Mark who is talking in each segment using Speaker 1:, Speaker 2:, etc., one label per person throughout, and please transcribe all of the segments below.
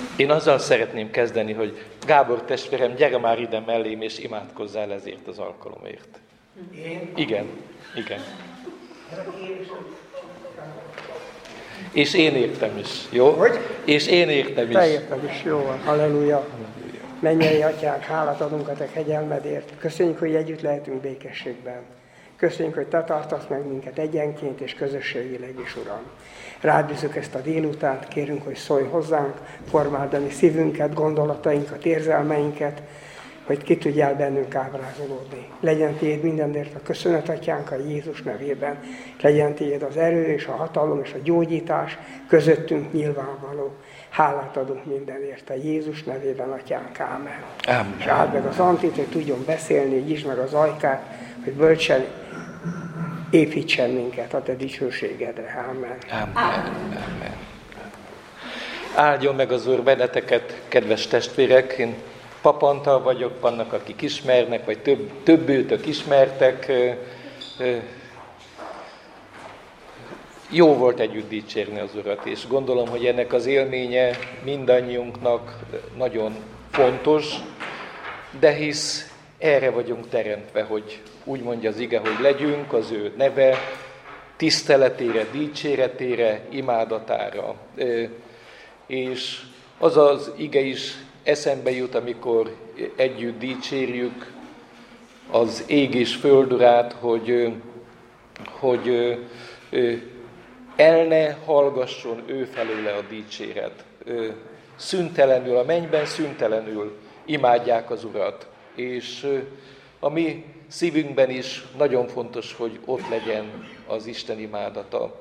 Speaker 1: Én azzal szeretném kezdeni, hogy Gábor testvérem, gyere már ide mellém, és imádkozzál ezért az alkalomért.
Speaker 2: Én?
Speaker 1: Igen. És én értem is, jó?
Speaker 2: Hogy?
Speaker 1: És én értem is.
Speaker 2: Te érted is, jó van, halleluja. Mennyei atyánk, hálát adunk a te kegyelmedért. Köszönjük, hogy együtt lehetünk békességben. Köszönjük, hogy te tartasz meg minket egyenként és közösségileg is, Uram. Rád bízzuk ezt a délutánt, kérünk, hogy szólj hozzánk, formáld a mi szívünket, gondolatainkat, érzelmeinket, hogy ki tudjál bennünk ábrázolódni. Legyen tiéd mindenért a köszönet, atyánk, a Jézus nevében. Legyen tiéd az erő és a hatalom és a gyógyítás közöttünk nyilvánvaló. Hálát adunk mindenért a Jézus nevében, atyánk, ámen.
Speaker 1: Ámen.
Speaker 2: És áld meg az Antit, hogy tudjon beszélni, nyisd meg az ajkát, hogy bölcsen építsen minket a te dicsőségedre. Ámen.
Speaker 1: Amen. Áldjon meg az Úr benneteket, kedves testvérek. Én Pap Antal vagyok, vannak, akik ismernek, vagy több őtök ismertek. Jó volt együtt dicsérni az Urat, és gondolom, hogy ennek az élménye mindannyiunknak nagyon fontos, de hisz erre vagyunk teremtve, hogy úgy mondja az ige, hogy legyünk az ő neve tiszteletére, dicséretére, imádatára. És az az ige is eszembe jut, amikor együtt dicsérjük az ég és föld Urát, hogy el ne hallgasson ő felőle a dicséret. Szüntelenül a mennyben, szüntelenül imádják az Urat. És a mi szívünkben is nagyon fontos, hogy ott legyen az Isten imádata.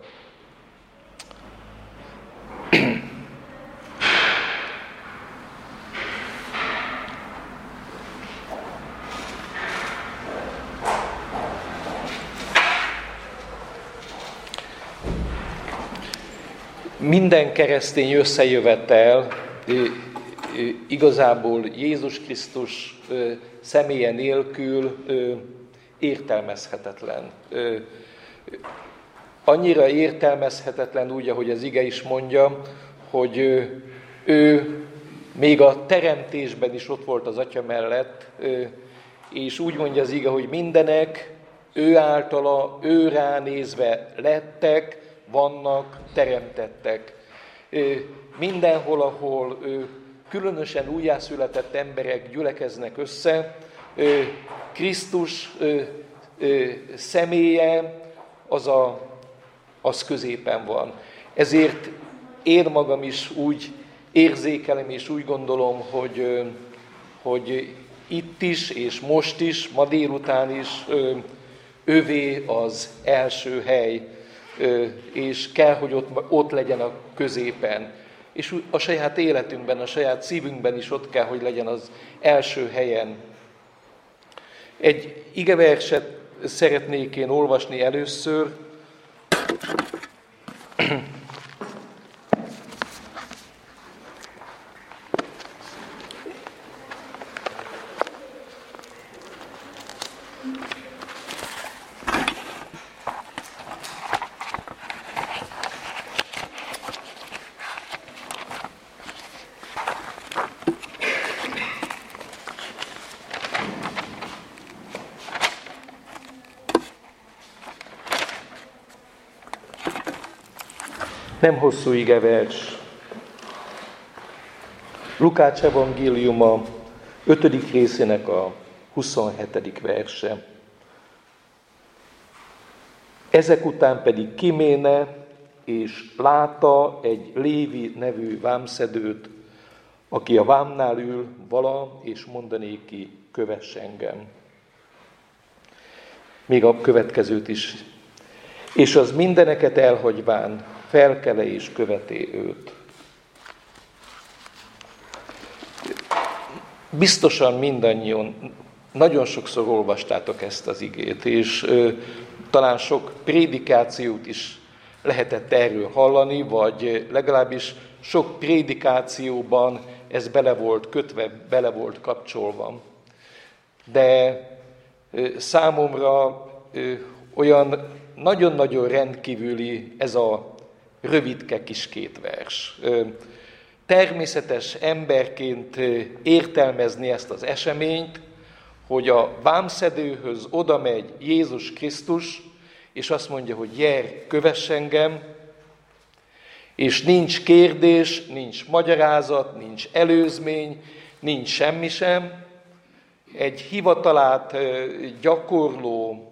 Speaker 1: Minden keresztény összejövetel igazából Jézus Krisztus személye nélkül értelmezhetetlen. Annyira értelmezhetetlen úgy, ahogy az ige is mondja, hogy ő még a teremtésben is ott volt az Atya mellett, és úgy mondja az ige, hogy mindenek ő általa, ő ránézve lettek, vannak, teremtettek. Mindenhol, ahol különösen újjászületett emberek gyülekeznek össze, Krisztus személye az középen van. Ezért én magam is úgy érzékelem és úgy gondolom, hogy itt is és most is, ma délután is övé az első hely, és kell, hogy ott legyen a középen. És a saját életünkben, a saját szívünkben is ott kell, hogy legyen az első helyen. Egy igeverset szeretnék én olvasni először. Nem hosszú igevers. Lukács evangéliuma 5. részének a 27. verse. Ezek után pedig kiméne, és látta egy Lévi nevű vámszedőt, aki a vámnál ül vala, és mondanéki, kövess engem. Még a következőt is. És az mindeneket elhagyván felkele és követé őt. Biztosan mindannyian nagyon sokszor olvastátok ezt az igét, és talán sok prédikációt is lehetett erről hallani, vagy legalábbis sok prédikációban ez bele volt kötve, bele volt kapcsolva. De számomra olyan nagyon-nagyon rendkívüli ez a rövidke kis két vers. természetes emberként értelmezni ezt az eseményt, hogy a vámszedőhöz oda megy Jézus Krisztus, és azt mondja, hogy gyere, kövess engem, és nincs kérdés, nincs magyarázat, nincs előzmény, nincs semmi sem. Egy hivatalát gyakorló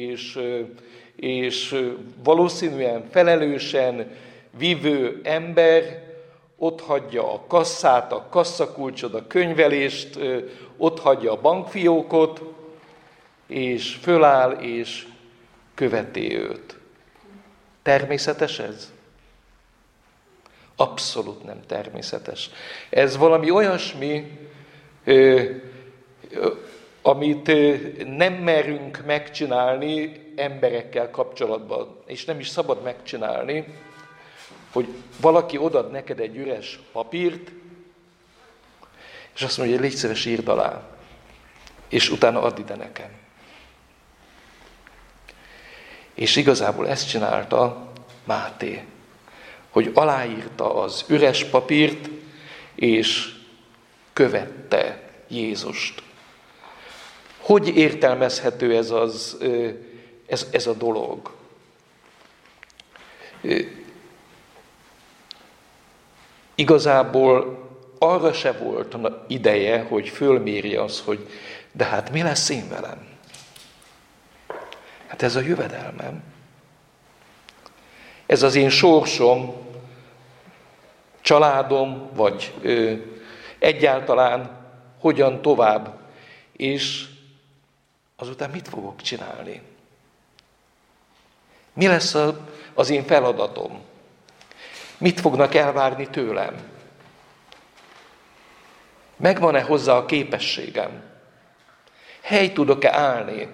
Speaker 1: és valószínűen felelősen vívő ember otthagyja a kasszát, a kasszakulcsot, a könyvelést, otthagyja a bankfiókot, és föláll és követi őt. Természetes ez? Abszolút nem természetes. Ez valami olyasmi, amit nem merünk megcsinálni emberekkel kapcsolatban, és nem is szabad megcsinálni, hogy valaki odad neked egy üres papírt, és azt mondja, hogy légy szíves, írd alá, és utána add ide nekem. És igazából ezt csinálta Máté, hogy aláírta az üres papírt, és követte Jézust. Hogy értelmezhető ez a dolog? Igazából arra se volt ideje, hogy fölmérje az, hogy de hát mi lesz én velem? Hát ez a jövedelmem. Ez az én sorsom, családom, vagy egyáltalán hogyan tovább. És azután mit fogok csinálni? Mi lesz az én feladatom? Mit fognak elvárni tőlem? Megvan-e hozzá a képességem? Hely tudok-e állni?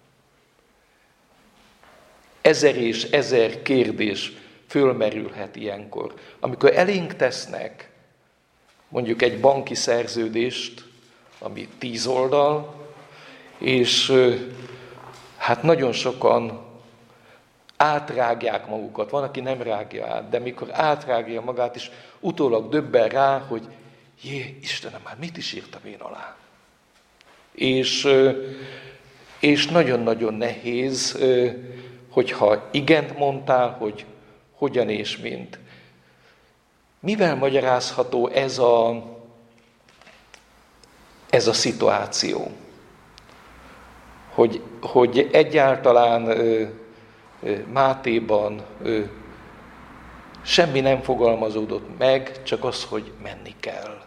Speaker 1: Ezer és ezer kérdés fölmerülhet ilyenkor. Amikor elénk tesznek mondjuk egy banki szerződést, ami 10 oldal, és hát nagyon sokan átrágják magukat. Van, aki nem rágja át, de mikor átrágja magát, és utólag döbben rá, hogy Istenem, hát mit is írtam én alá? És nagyon-nagyon nehéz, hogyha igent mondtál, hogy hogyan és mint. Mivel magyarázható ez a szituáció? Hogy egyáltalán Mátéban semmi nem fogalmazódott meg, csak az, hogy menni kell.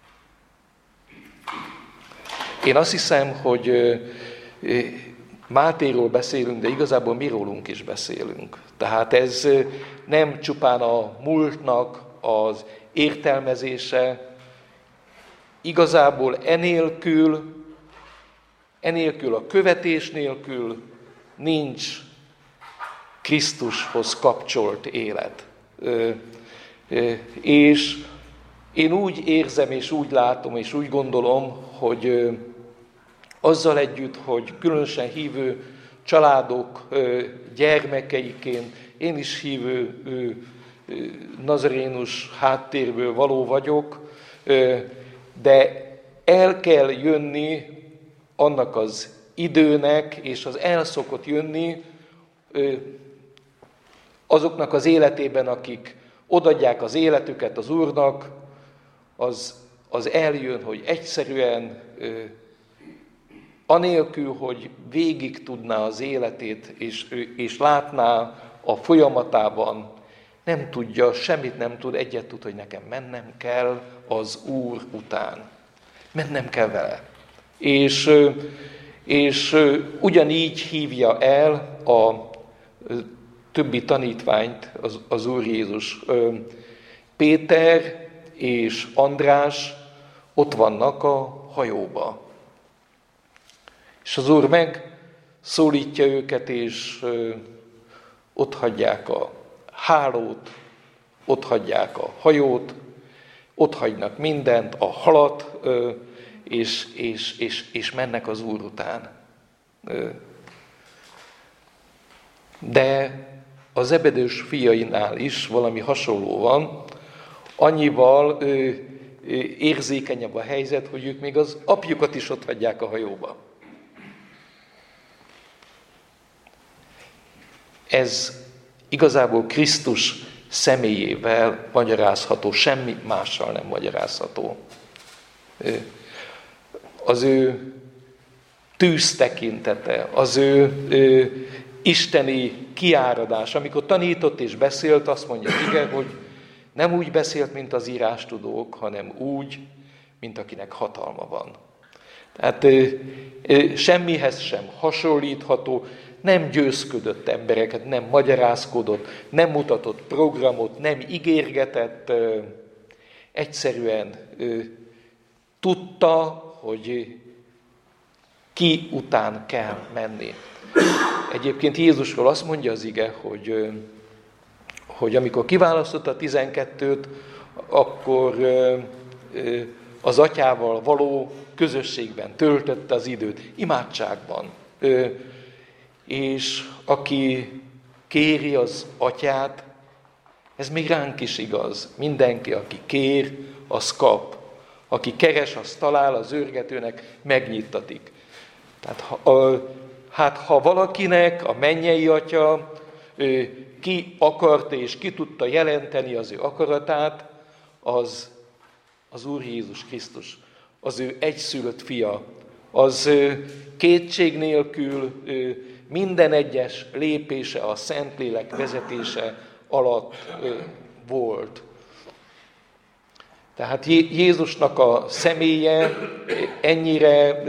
Speaker 1: Én azt hiszem, hogy Mátéról beszélünk, de igazából mi rólunk is beszélünk. Tehát ez nem csupán a múltnak az értelmezése, igazából enélkül, a követés nélkül nincs Krisztushoz kapcsolt élet. És én úgy érzem, és úgy látom, és úgy gondolom, hogy azzal együtt, hogy különösen hívő családok gyermekeiként, én is hívő nazarénus háttérből való vagyok, de el kell jönni annak az időnek, és az el szokott jönni azoknak az életében, akik odaadják az életüket az Úrnak, az eljön, hogy egyszerűen anélkül, hogy végig tudná az életét, és látná a folyamatában, nem tudja, semmit nem tud, egyet tud, hogy nekem mennem kell az Úr után. Mennem kell vele. És ugyanígy hívja el a többi tanítványt az Úr Jézus. Péter és András ott vannak a hajóba. És az Úr megszólítja őket, és ott hagyják a hálót, ott hagyják a hajót, ott hagynak mindent, a halat, és mennek az Úr után. De a Zebedős fiainál is valami hasonló van, annyival érzékenyebb a helyzet, hogy ők még az apjukat is ott hagyják a hajóba. Ez igazából Krisztus személyével magyarázható, semmi mással nem magyarázható. Az ő tűz tekintete, az ő isteni kiáradás. Amikor tanított és beszélt, azt mondja, igen, hogy nem úgy beszélt, mint az írástudók, hanem úgy, mint akinek hatalma van. Tehát semmihez sem hasonlítható, nem győzködött embereket, nem magyarázkodott, nem mutatott programot, nem ígérgetett, egyszerűen tudta, hogy ki után kell menni. Egyébként Jézusról azt mondja az ige, hogy amikor kiválasztotta a 12-t, akkor az atyával való közösségben töltötte az időt, imádságban. És aki kéri az atyát, ez még ránk is igaz. Mindenki, aki kér, az kap. Aki keres, az talál, az őrgetőnek megnyittatik. Tehát ha valakinek a mennyei atya ki akarta és ki tudta jelenteni az ő akaratát, az Úr Jézus Krisztus, az ő egyszülött fia, az kétség nélkül minden egyes lépése a Szentlélek vezetése alatt volt. Tehát Jézusnak a személye ennyire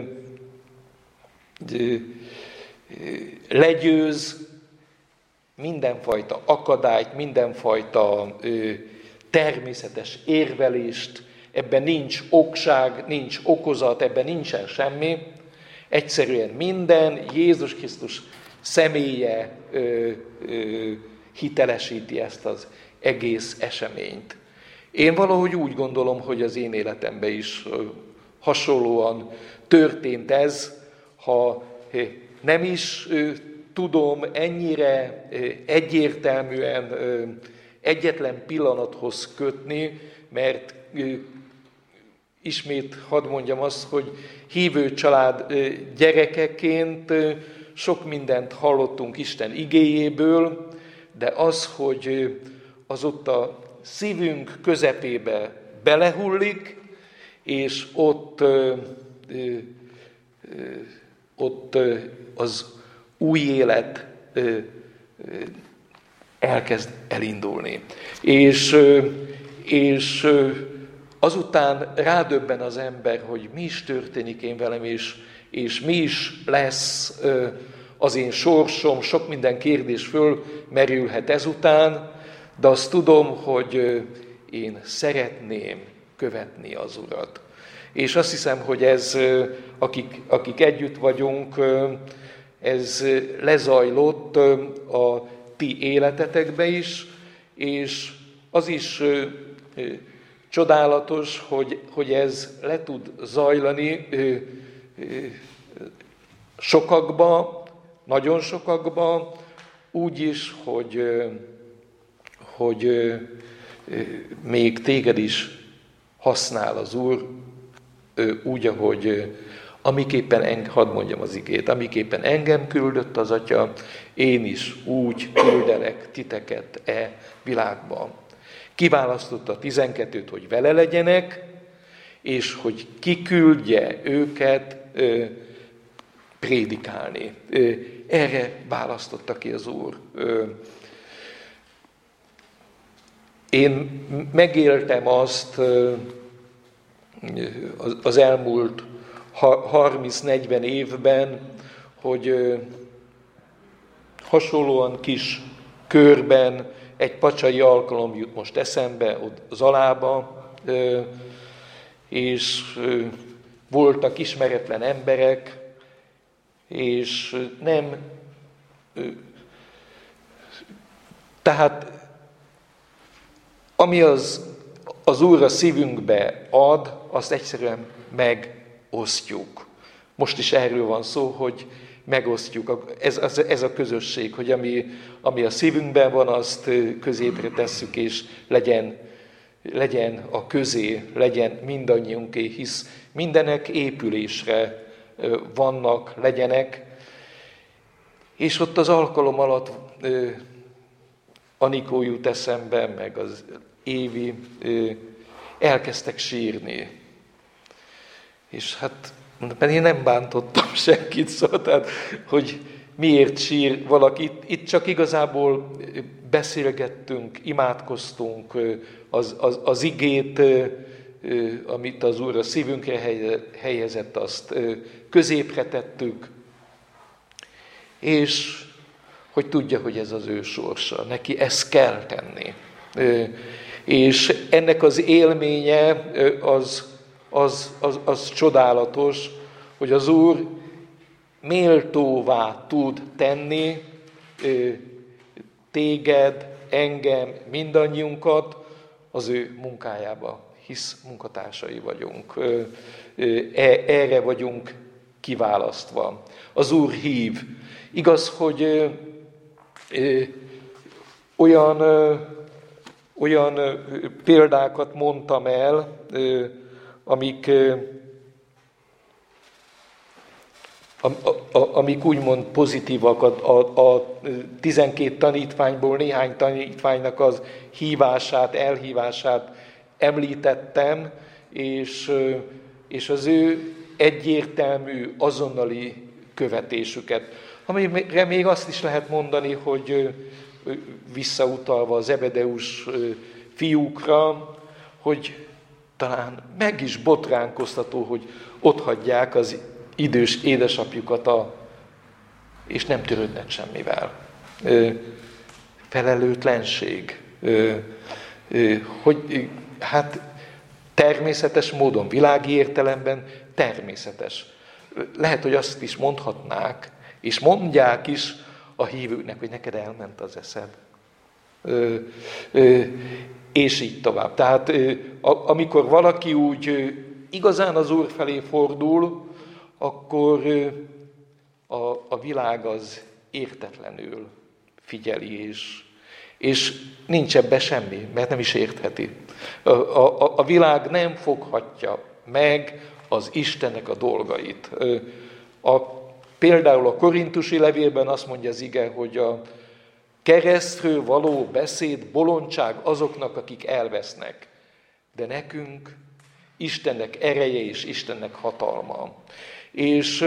Speaker 1: legyőz mindenfajta akadályt, mindenfajta természetes érvelést, ebben nincs okság, nincs okozat, ebben nincsen semmi. Egyszerűen minden Jézus Krisztus személye hitelesíti ezt az egész eseményt. Én valahogy úgy gondolom, hogy az én életemben is hasonlóan történt ez, ha nem is tudom ennyire egyértelműen egyetlen pillanathoz kötni, mert ismét hadd mondjam azt, hogy hívő család gyerekeként sok mindent hallottunk Isten igéjéből, de az, hogy az ott a szívünk közepébe belehullik, és ott az új élet elkezd elindulni. És azután rádöbben az ember, hogy mi is történik én velem, és mi is lesz az én sorsom, sok minden kérdés fölmerülhet ezután, de azt tudom, hogy én szeretném követni az Urat. És azt hiszem, hogy ez, akik együtt vagyunk, ez lezajlott a ti életetekbe is, és az is csodálatos, hogy ez le tud zajlani sokakba, nagyon sokakba, úgy is, hogy még téged is használ az Úr, úgy, ahogy amiképpen, hadd mondjam az igét, amiképpen engem küldött az Atya, én is úgy küldelek titeket világba. Kiválasztotta a 12-t, hogy vele legyenek, és hogy kiküldje őket prédikálni. Erre választotta ki az Úr. Én megéltem azt az elmúlt 30-40 évben, hogy hasonlóan kis körben egy pacsai alkalom jut most eszembe, ott Zalába, és voltak ismeretlen emberek, és nem... Tehát ami az Úr a szívünkbe ad, azt egyszerűen megosztjuk. Most is erről van szó, hogy megosztjuk. Ez a közösség, hogy ami a szívünkben van, azt középre tesszük, és legyen legyen a közé, legyen mindannyiunké, hisz mindenek épülésre vannak, legyenek. És ott az alkalom alatt Anikó jut eszembe, meg az Évi, elkezdtek sírni. És hát én nem bántottam senkit, szóval, tehát, hogy miért sír valaki. Itt csak igazából beszélgettünk, imádkoztunk, az igét, amit az Úr a szívünkre helyezett, azt középre tettük, és hogy tudja, hogy ez az ő sorsa, neki ezt kell tenni. És ennek az élménye az csodálatos, hogy az Úr méltóvá tud tenni téged, engem, mindannyiunkat az ő munkájába, hisz munkatársai vagyunk. Erre vagyunk kiválasztva. Az Úr hív. Igaz, hogy olyan példákat mondtam el, amik úgymond pozitívak, a 12 tanítványból néhány tanítványnak az hívását, elhívását említettem, és az ő egyértelmű, azonnali követésüket. Amire még azt is lehet mondani, hogy visszautalva az Zebedeus fiúkra, hogy talán meg is botránkoztató, hogy otthagyják az idős édesapjukat, és nem törődnek semmivel. Felelőtlenség. Hogy hát természetes módon, világi értelemben természetes. Lehet, hogy azt is mondhatnák, és mondják is a hívőknek, hogy neked elment az eszed. És így tovább. Tehát amikor valaki úgy igazán az Úr felé fordul, akkor a világ az értetlenül figyeli, és nincs ebbe semmi, mert nem is értheti. A világ nem foghatja meg az Istennek a dolgait. Például a korintusi levélben azt mondja az ige, hogy a keresztről való beszéd bolondság azoknak, akik elvesznek. De nekünk Istennek ereje és Istennek hatalma. És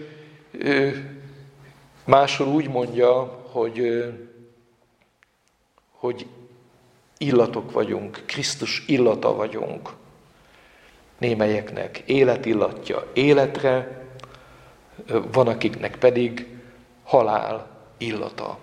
Speaker 1: máshol úgy mondja, hogy illatok vagyunk, Krisztus illata vagyunk. Némelyeknek életillatja életre, van akiknek pedig halál illata.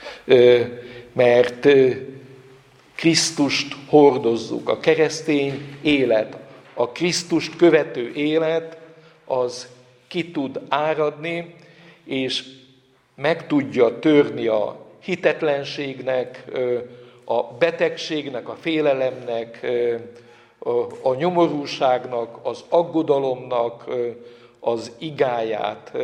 Speaker 1: Mert Krisztust hordozzuk. A keresztény élet, a Krisztust követő élet, az ki tud áradni, és meg tudja törni a hitetlenségnek, a betegségnek, a félelemnek, a nyomorúságnak, az aggodalomnak az igáját.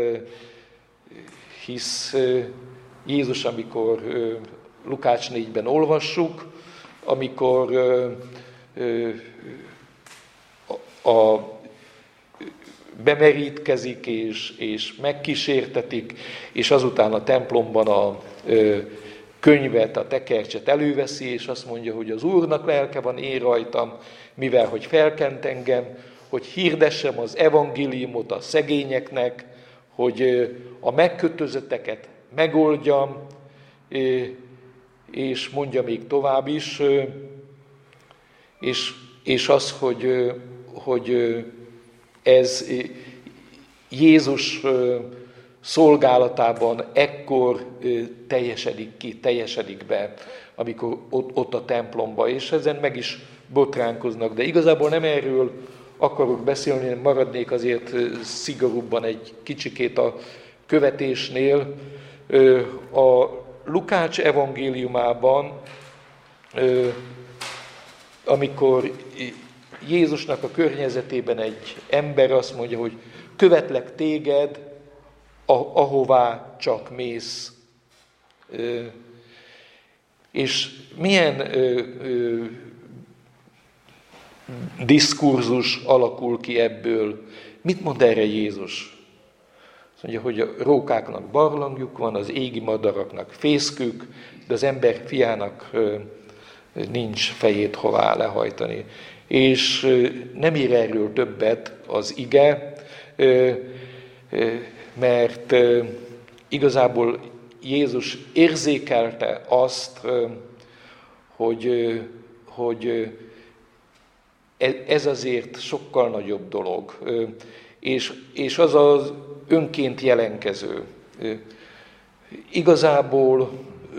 Speaker 1: Hisz Jézus, amikor Lukács 4-ben olvassuk, amikor bemerítkezik és megkísértetik, és azután a templomban a könyvet, a tekercset előveszi, és azt mondja, hogy az Úrnak lelke van én rajtam, mivel hogy felkent engem, hogy hirdessem az evangéliumot a szegényeknek, hogy a megkötözötteket megoldjam, és mondja még tovább is, és az, hogy ez Jézus szolgálatában ekkor teljesedik be, amikor ott a templomba, és ezen meg is botránkoznak. De igazából nem erről akarok beszélni, hanem maradnék azért szigorúbban egy kicsikét a követésnél. A Lukács evangéliumában, amikor Jézusnak a környezetében egy ember azt mondja, hogy követlek téged, ahová csak mész. És milyen diszkurzus alakul ki ebből. Mit mond erre Jézus? Azt mondja, hogy a rókáknak barlangjuk van, az égi madaraknak fészkük, de az ember fiának nincs fejét hová lehajtani. És nem ír erről többet az ige, mert igazából Jézus érzékelte azt, hogy ez azért sokkal nagyobb dolog, és az az önként jelenkező. Igazából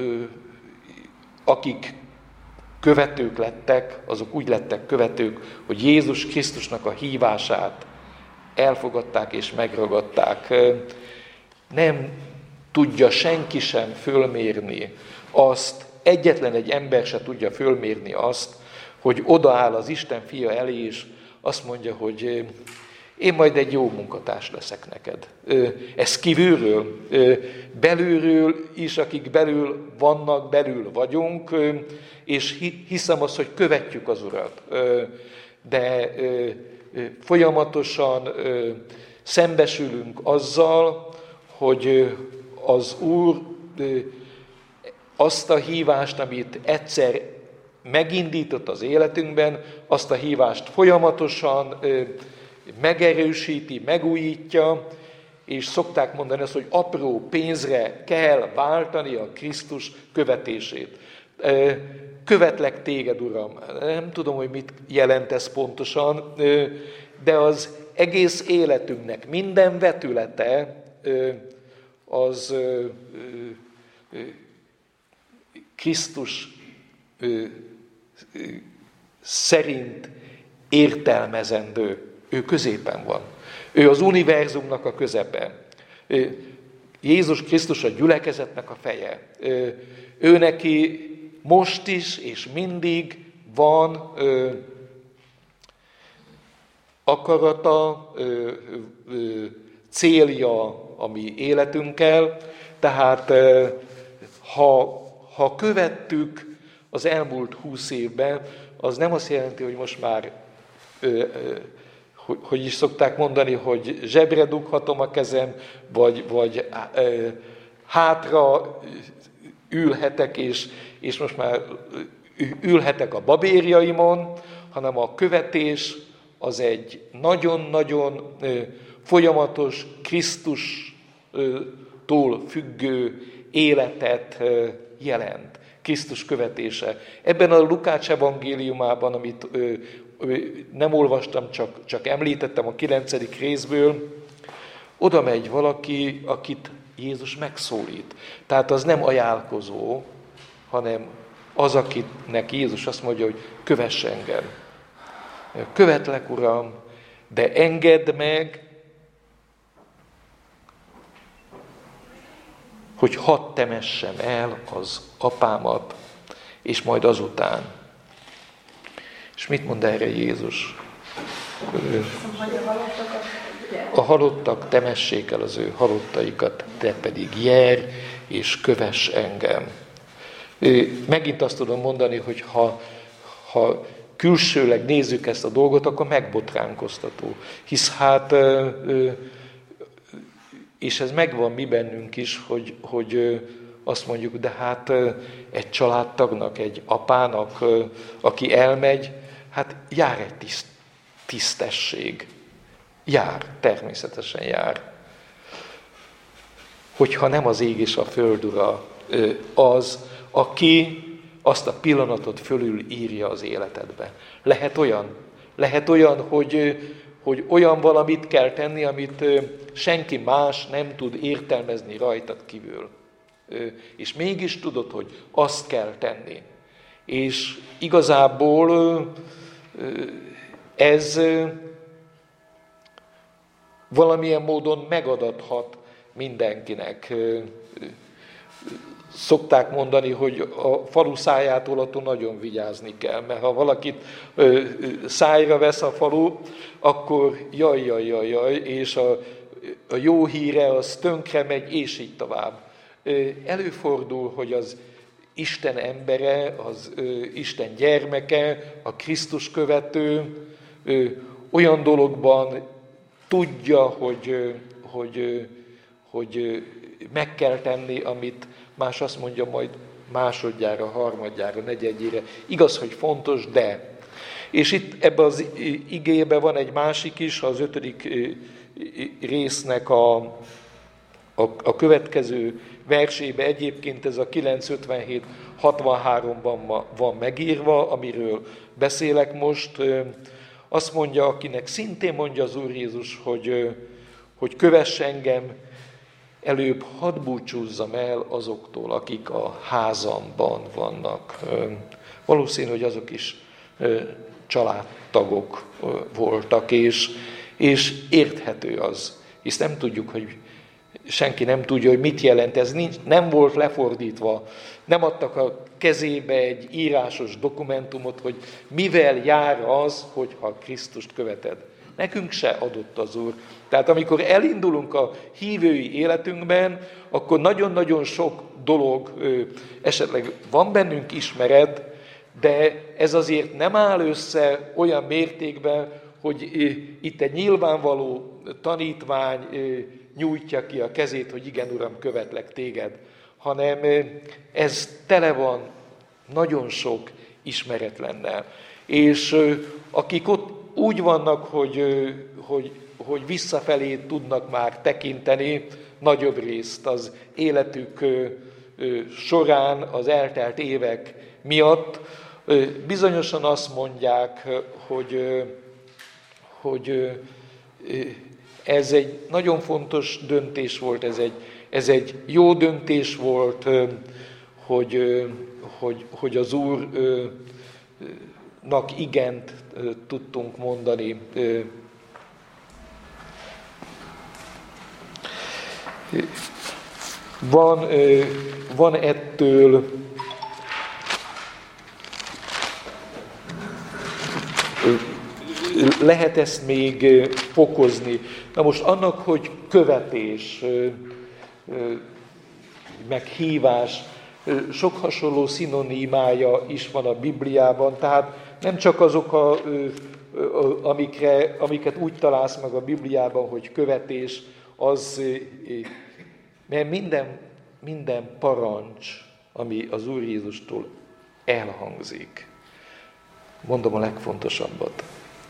Speaker 1: akik követők lettek, azok úgy lettek követők, hogy Jézus Krisztusnak a hívását elfogadták és megragadták. Nem tudja senki sem fölmérni azt, egyetlen egy ember se tudja fölmérni azt, hogy odaáll az Isten fia elé, és azt mondja, hogy én majd egy jó munkatárs leszek neked. Ez kívülről, belülről is, akik belül vannak, belül vagyunk, és hiszem azt, hogy követjük az Urat. De folyamatosan szembesülünk azzal, hogy az Úr azt a hívást, amit egyszer megindított az életünkben, azt a hívást folyamatosan megerősíti, megújítja, és szokták mondani azt, hogy apró pénzre kell váltani a Krisztus követését. Követlek téged, Uram. Nem tudom, hogy mit jelent ez pontosan, de az egész életünknek minden vetülete az Krisztus szerint értelmezendő. Ő középen van. Ő az univerzumnak a közepe. Jézus Krisztus a gyülekezetnek a feje. Ő neki most is és mindig van akarata, célja a mi életünkkel, tehát ha követtük az elmúlt 20 évben, az nem azt jelenti, hogy most már, hogy is szokták mondani, hogy zsebre dughatom a kezem, vagy hátra ülhetek, és most már ülhetek a babérjaimon, hanem a követés az egy nagyon-nagyon folyamatos, Krisztustól függő életet jelent. Krisztus követése. Ebben a Lukács evangéliumában, amit nem olvastam, csak említettem a 9. részből, oda megy valaki, akit Jézus megszólít. Tehát az nem ajánlkozó, hanem az, akinek Jézus azt mondja, hogy kövess engem. Követlek, Uram, de engedd meg, hogy hadd temessem el az apámat, és majd azután. És mit mond erre Jézus? A halottak temessék el az ő halottaikat, te pedig járj, és kövess engem. Megint azt tudom mondani, hogy ha külsőleg nézzük ezt a dolgot, akkor megbotránkoztató. Hisz hát, és ez megvan mi bennünk is, hogy azt mondjuk, de hát egy családtagnak, egy apának, aki elmegy, hát jár egy tisztesség. Jár, természetesen jár. Hogyha nem az ég és a föld ura az, aki azt a pillanatot fölül írja az életedbe. Lehet olyan, hogy olyan valamit kell tenni, amit senki más nem tud értelmezni rajtad kívül. És mégis tudod, hogy azt kell tenni. És igazából ez valamilyen módon megadathat mindenkinek. Szokták mondani, hogy a falu szájától attól nagyon vigyázni kell, mert ha valakit szájra vesz a falu, akkor jaj, és a jó híre az tönkre megy, és így tovább. Előfordul, hogy az Isten embere, az Isten gyermeke, a Krisztus követő, olyan dologban tudja, hogy meg kell tenni, amit más azt mondja majd másodjára, harmadjára, negyedjére. Igaz, hogy fontos, de. És itt ebben az igében van egy másik is, az 5. résznek a következő versében, egyébként ez a 9:57-63-ban van megírva, amiről beszélek most. Azt mondja, akinek szintén mondja az Úr Jézus, hogy kövess engem, előbb hadd búcsúzzam el azoktól, akik a házamban vannak. Valószínű, hogy azok is családtagok voltak, és érthető az, hisz nem tudjuk, hogy senki nem tudja, hogy mit jelent. Ez nem volt lefordítva. Nem adtak a kezébe egy írásos dokumentumot, hogy mivel jár az, hogyha Krisztust követed. Nekünk se adott az Úr. Tehát amikor elindulunk a hívői életünkben, akkor nagyon-nagyon sok dolog, esetleg van bennünk ismeret, de ez azért nem áll össze olyan mértékben, hogy itt egy nyilvánvaló tanítvány nyújtja ki a kezét, hogy igen, Uram, követlek téged, hanem ez tele van nagyon sok ismeretlennel. És akik ott úgy vannak, hogy visszafelé tudnak már tekinteni nagyobb részt az életük során, az eltelt évek miatt, bizonyosan azt mondják, hogy ez egy nagyon fontos döntés volt, ez egy jó döntés volt, hogy az Úrnak igent tudtunk mondani. Van ettől lehet ezt még fokozni. Na most annak, hogy követés, meg hívás, sok hasonló szinonimája is van a Bibliában, tehát nem csak azok, amiket úgy találsz meg a Bibliában, hogy követés, mert minden parancs, ami az Úr Jézustól elhangzik. Mondom a legfontosabbat.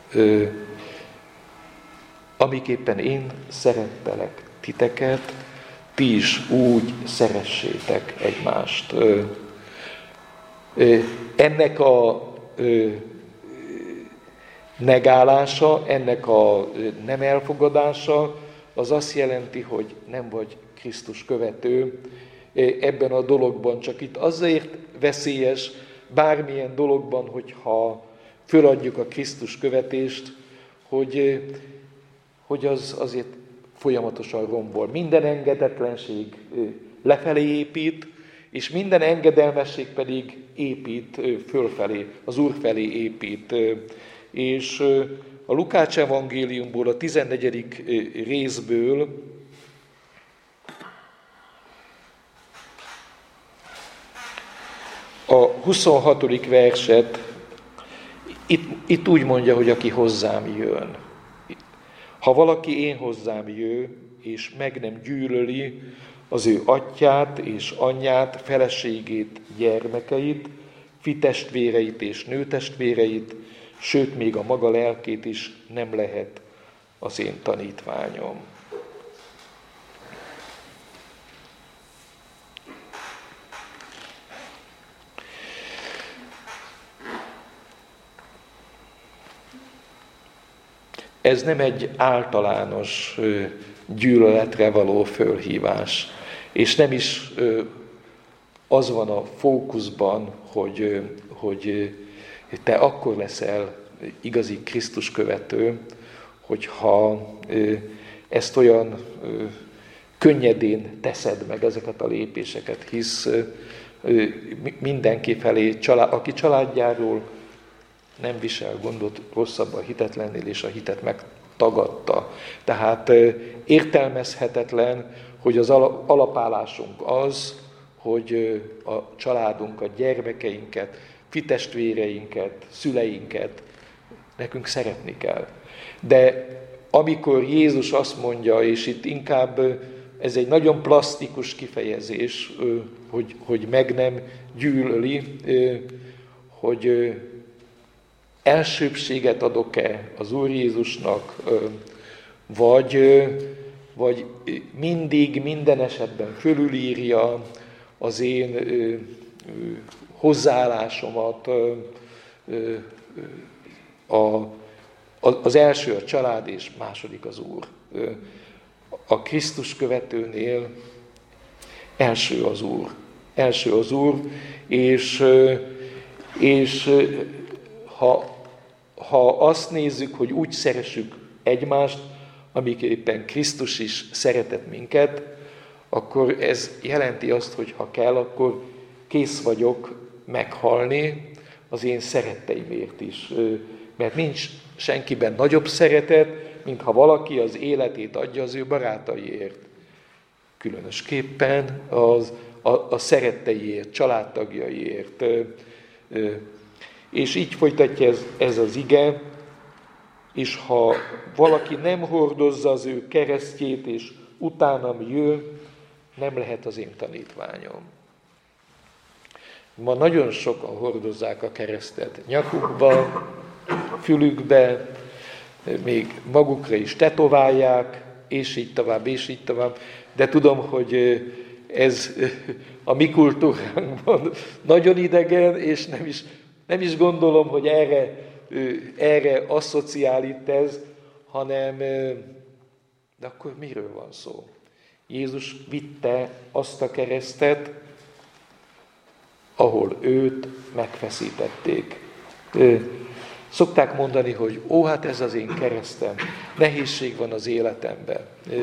Speaker 1: Amiképpen én szerettelek titeket, ti is úgy szeressétek egymást. Ennek a negálása, ennek a nem elfogadása, az azt jelenti, hogy nem vagy Krisztus követő ebben a dologban. Csak itt azért veszélyes bármilyen dologban, hogyha föladjuk a Krisztus követést, hogy az azért folyamatosan rombol. Minden engedetlenség lefelé épít, és minden engedelmesség pedig épít fölfelé, az Úr felé épít. És a Lukács evangéliumból, a 14. részből a 26. verset, itt úgy mondja, hogy aki hozzám jön. Ha valaki én hozzám jön, és meg nem gyűlöli az ő atyját és anyját, feleségét, gyermekeit, fitestvéreit és nőtestvéreit, sőt, még a maga lelkét is, nem lehet az én tanítványom. Ez nem egy általános gyűlöletre való fölhívás, és nem is az van a fókuszban, hogy te akkor leszel igazi Krisztus követő, hogyha ezt olyan könnyedén teszed meg ezeket a lépéseket, hisz mindenki felé, aki családjáról nem visel gondot, rosszabb a hitetlennél, és a hitet megtagadta. Tehát értelmezhetetlen, hogy az alapállásunk az, hogy a családunkat, gyermekeinket, fitestvéreinket, szüleinket nekünk szeretni kell. De amikor Jézus azt mondja, és itt inkább ez egy nagyon plastikus kifejezés, hogy meg nem gyűlöli, hogy elsőbbséget adok-e az Úr Jézusnak, vagy mindig, minden esetben fölülírja az én hozzáállásomat. Az első a család, és második az Úr. A Krisztus követőnél első az Úr. Első az Úr, és ha azt nézzük, hogy úgy szeressük egymást, amiképpen Krisztus is szeretett minket, akkor ez jelenti azt, hogy ha kell, akkor kész vagyok meghalni az én szeretteimért is. Mert nincs senkiben nagyobb szeretet, mint ha valaki az életét adja az ő barátaiért. Különösképpen a szeretteiért, családtagjaiért. És így folytatja ez az ige, és ha valaki nem hordozza az ő keresztjét, és utánam jön, nem lehet az én tanítványom. Ma nagyon sokan hordozzák a keresztet nyakukba, fülükbe, még magukra is tetoválják, és így tovább, és így tovább. De tudom, hogy ez a mi kultúránkban nagyon idegen, és nem is gondolom, hogy erre asszociál itt ez, hanem de akkor miről van szó? Jézus vitte azt a keresztet, ahol őt megfeszítették. Szokták mondani, hogy hát ez az én keresztem, nehézség van az életemben,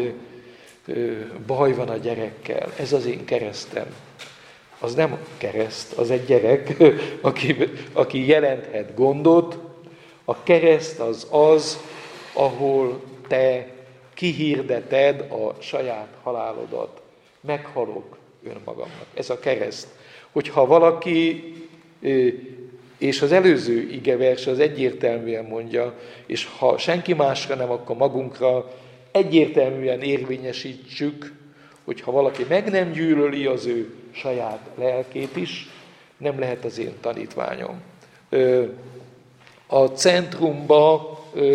Speaker 1: baj van a gyerekkel, ez az én keresztem. Az nem kereszt, az egy gyerek, aki jelenthet gondot. A kereszt az, ahol te kihirdeted a saját halálodat. Meghalok önmagamnak. Ez a kereszt. Hogyha valaki, és az előző igevers az egyértelműen mondja, és ha senki másra nem, akkor magunkra egyértelműen érvényesítsük, hogyha valaki meg nem gyűlöli az ő saját lelkét is, nem lehet az én tanítványom. A centrumba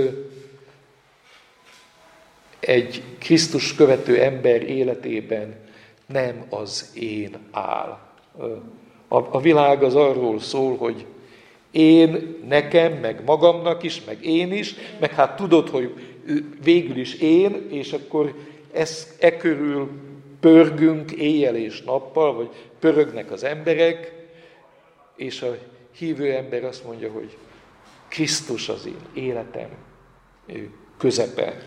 Speaker 1: egy Krisztus követő ember életében nem az én áll. A világ az arról szól, hogy én, nekem, meg magamnak is, meg én is, meg hát tudod, hogy végül is én, és akkor e körül pörgünk éjjel és nappal, vagy pörögnek az emberek, és a hívő ember azt mondja, hogy Krisztus az én életem közepe.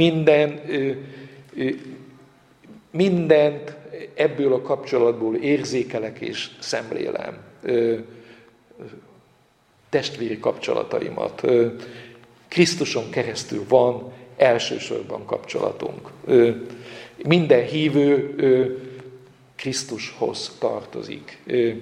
Speaker 1: Mindent ebből a kapcsolatból érzékelek és szemlélem. Testvéri kapcsolataimat. Krisztuson keresztül van elsősorban kapcsolatunk. Minden hívő Krisztushoz tartozik.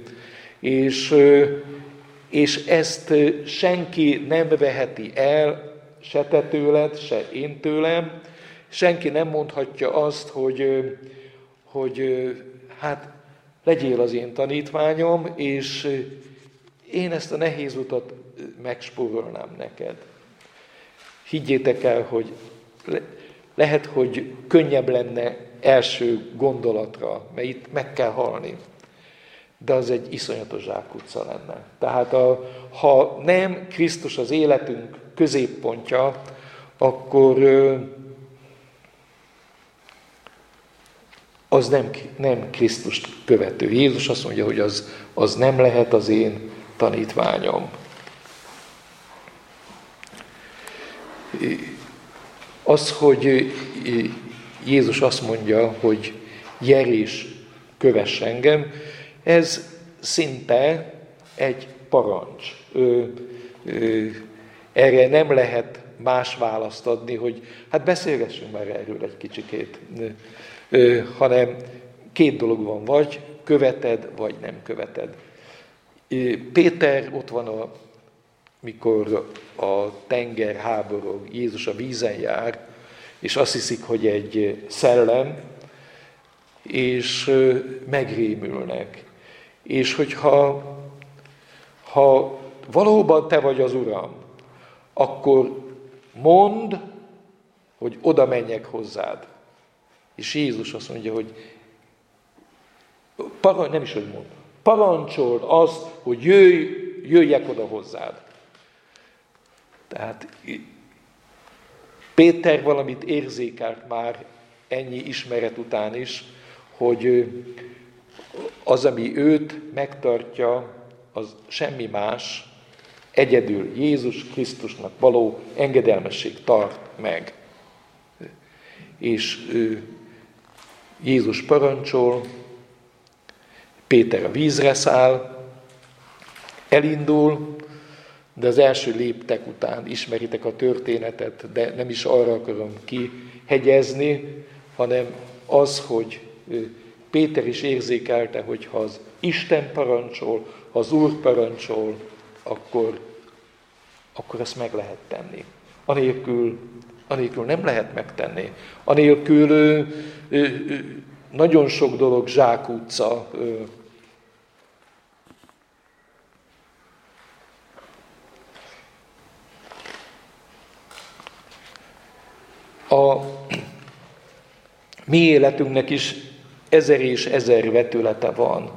Speaker 1: És ezt senki nem veheti el, se te tőled, se én tőlem. Senki nem mondhatja azt, hogy hát legyél az én tanítványom, és én ezt a nehéz utat megspórolnám neked. Higgyétek el, hogy lehet, hogy könnyebb lenne első gondolatra, mert itt meg kell halni. De az egy iszonyatos zsákutca lenne. Tehát ha nem Krisztus az életünk középpontja, akkor az nem Krisztust követő. Jézus azt mondja, hogy az nem lehet az én tanítványom. Az, hogy Jézus azt mondja, hogy gyere és kövess engem, ez szinte egy parancs. Erre nem lehet más választ adni, hogy hát beszélgessünk már erről egy kicsikét. Hanem két dolog van, vagy követed, vagy nem követed. Péter ott van, mikor a tenger háborog, Jézus a vízen jár, és azt hiszik, hogy egy szellem, és megrémülnek. És hogyha valóban te vagy az Uram, akkor mondd, hogy oda menjek hozzád. És Jézus azt mondja, hogy nem is, hogy mond, parancsold azt, hogy jöjjek oda hozzád. Tehát Péter valamit érzékelt már ennyi ismeret után is, hogy az, ami őt megtartja, az semmi más, egyedül Jézus Krisztusnak való engedelmesség tart meg. És Jézus parancsol, Péter a vízre száll, elindul, de az első léptek után ismeritek a történetet, de nem is arra akarom kihegyezni, hanem az, hogy Péter is érzékelte, hogy ha az Isten parancsol, ha az Úr parancsol, akkor ezt meg lehet tenni. Anélkül nem lehet megtenni. Anélkül nagyon sok dolog zsákutca. A mi életünknek is ezer és ezer vetülete van,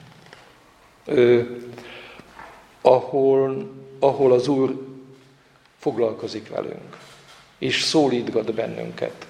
Speaker 1: ahol az Úr foglalkozik velünk, és szólítgat bennünket.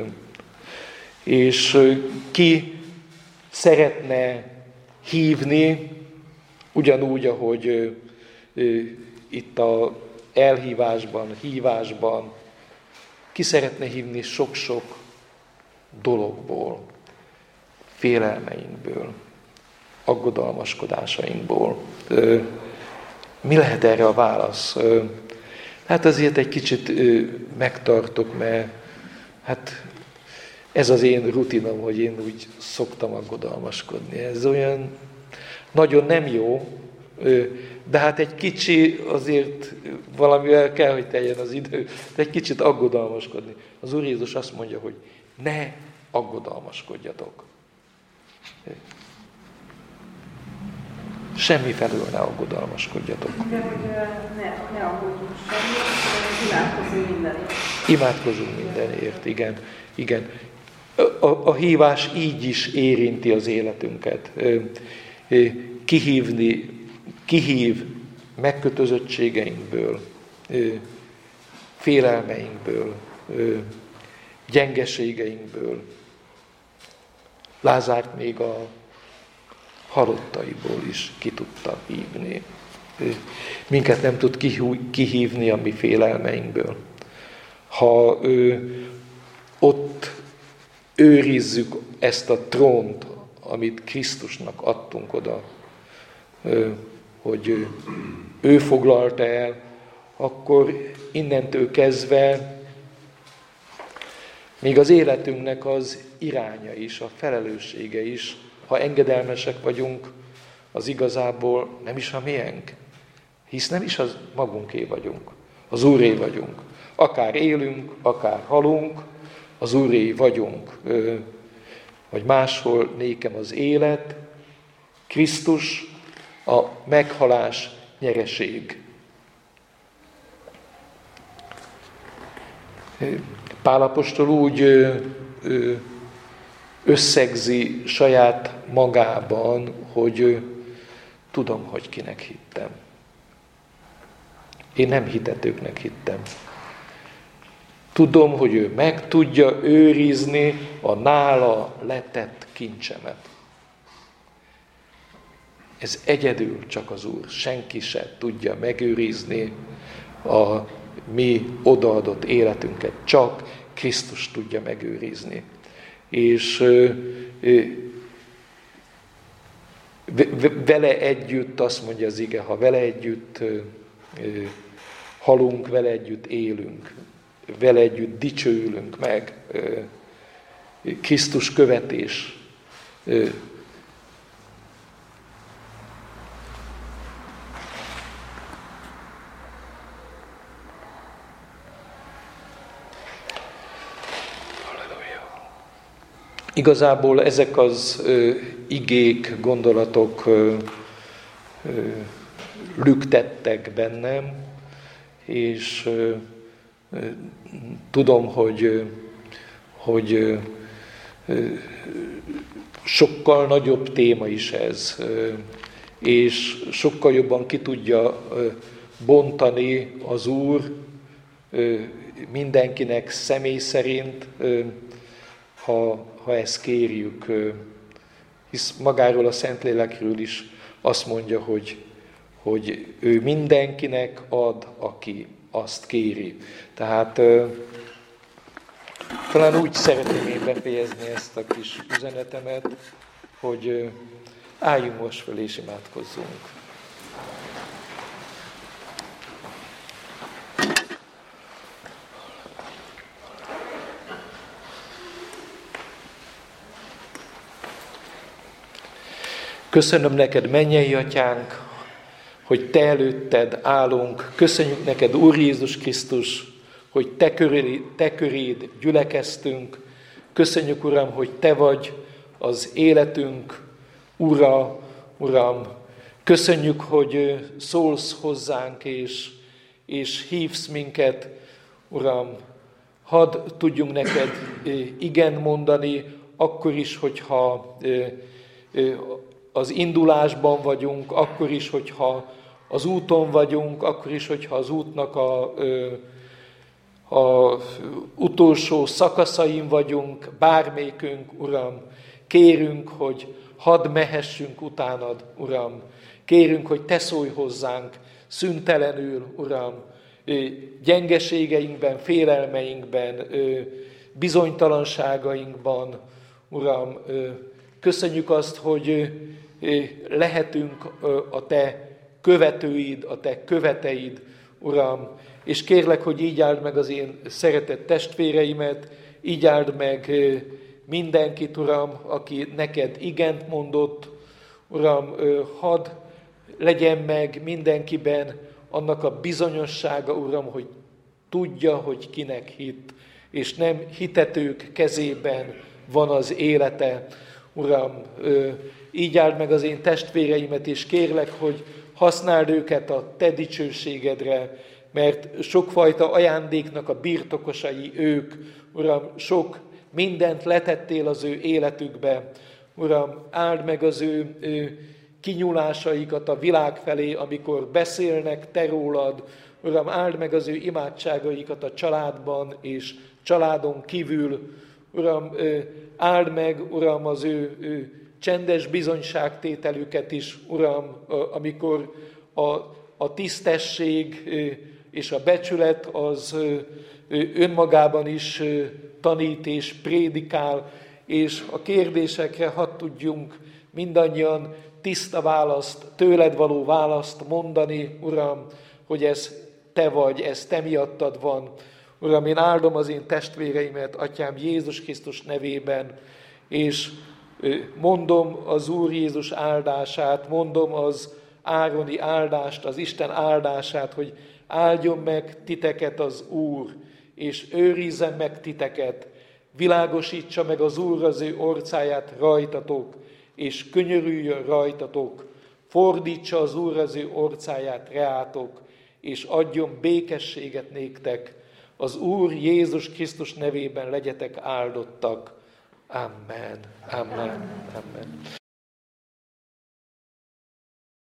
Speaker 1: És ki szeretne hívni, ugyanúgy, ahogy itt az elhívásban, hívásban, ki szeretne hívni sok-sok dologból, félelmeinkből, aggodalmaskodásainkból. Mi lehet erre a válasz? Hát azért egy kicsit megtartok, mert hát ez az én rutinom, hogy én úgy szoktam aggodalmaskodni. Ez olyan nagyon nem jó, de hát egy kicsi azért valamivel kell, hogy teljen az idő, de egy kicsit aggodalmaskodni. Az Úr Jézus azt mondja, hogy ne aggodalmaskodjatok. Semmi felől ne aggodalmaskodjatok.
Speaker 3: De hogy ne aggódjunk semmi, imádkozunk mindenért.
Speaker 1: Imádkozunk mindenért, igen. A hívás így is érinti az életünket. Kihív megkötözöttségeinkből, félelmeinkből, gyengeségeinkből. Lázárt még a halottaiból is ki tudta hívni. Minket nem tud kihívni a mi félelmeinkből. Ha ott őrizzük ezt a trónt, amit Krisztusnak adtunk oda, hogy ő foglalta el, akkor innentől kezdve még az életünknek az iránya is, a felelőssége is, ha engedelmesek vagyunk, az igazából nem is a miénk, hisz nem is az magunké vagyunk, az Úré vagyunk. Akár élünk, akár halunk, az Úré vagyunk. Vagy máshol nékem az élet, Krisztus, a meghalás nyereség. Pál apostol úgy összegzi saját magában, hogy tudom, hogy kinek hittem. Én nem hitetőknek hittem. Tudom, hogy ő meg tudja őrizni a nála letett kincsemet. Ez egyedül csak az Úr. Senki se tudja megőrizni a mi odaadott életünket. Csak Krisztus tudja megőrizni. És vele együtt, azt mondja az ige, ha vele együtt halunk, vele együtt élünk, vele együtt dicsőülünk meg, Krisztus követés Igazából ezek az igék, gondolatok lüktettek bennem, és tudom, hogy sokkal nagyobb téma is ez, és sokkal jobban ki tudja bontani az Úr mindenkinek személy szerint, ha ezt kérjük. Hisz magáról a Szentlélekről is azt mondja, hogy ő mindenkinek ad, aki azt kéri. Tehát talán úgy szeretném én befejezni ezt a kis üzenetemet, hogy álljunk most fel és imádkozzunk. Köszönöm neked, mennyei Atyánk, hogy Te előtted állunk. Köszönjük neked, Úr Jézus Krisztus, hogy Te köréd gyülekeztünk. Köszönjük, Uram, hogy Te vagy az életünk Ura, Uram. Köszönjük, hogy szólsz hozzánk, és hívsz minket, Uram. Hadd tudjunk neked igen mondani, akkor is, hogyha az indulásban vagyunk, akkor is, hogyha az úton vagyunk, akkor is, hogyha az útnak a utolsó szakaszain vagyunk, bármelyikünk, Uram, kérünk, hogy hadd mehessünk utánad, Uram. Kérünk, hogy Te szólj hozzánk szüntelenül, Uram, gyengeségeinkben, félelmeinkben, bizonytalanságainkban, Uram. Köszönjük azt, hogy lehetünk a Te követőid, a Te követeid, Uram, és kérlek, hogy így áld meg az én szeretett testvéreimet, így áld meg mindenkit, Uram, aki neked igent mondott, Uram, hadd legyen meg mindenkiben annak a bizonyossága, Uram, hogy tudja, hogy kinek hitt, és nem hitetők kezében van az élete. Uram, így áld meg az én testvéreimet, és kérlek, hogy használd őket a Te dicsőségedre, mert sokfajta ajándéknak a birtokosai ők. Uram, sok mindent letettél az ő életükbe. Uram, áld meg az ő kinyúlásaikat a világ felé, amikor beszélnek Te rólad. Uram, áld meg az ő imádságaikat a családban és családon kívül. Uram, áld meg, Uram, az ő csendes bizonyságtételüket is, Uram, amikor a tisztesség és a becsület az önmagában is tanít és prédikál, és a kérdésekre hadd tudjunk mindannyian tiszta választ, tőled való választ mondani, Uram, hogy ez Te vagy, ez Te miattad van. Uram, én áldom az én testvéreimet, Atyám, Jézus Krisztus nevében, és mondom az Úr Jézus áldását, mondom az ároni áldást, az Isten áldását, hogy áldjon meg titeket az Úr, és őrizzen meg titeket, világosítsa meg az Úr az ő orcáját rajtatok, és könyörüljön rajtatok, fordítsa az Úr az ő orcáját reátok, és adjon békességet néktek. Az Úr Jézus Krisztus nevében legyetek áldottak. Amen. Amen. Amen.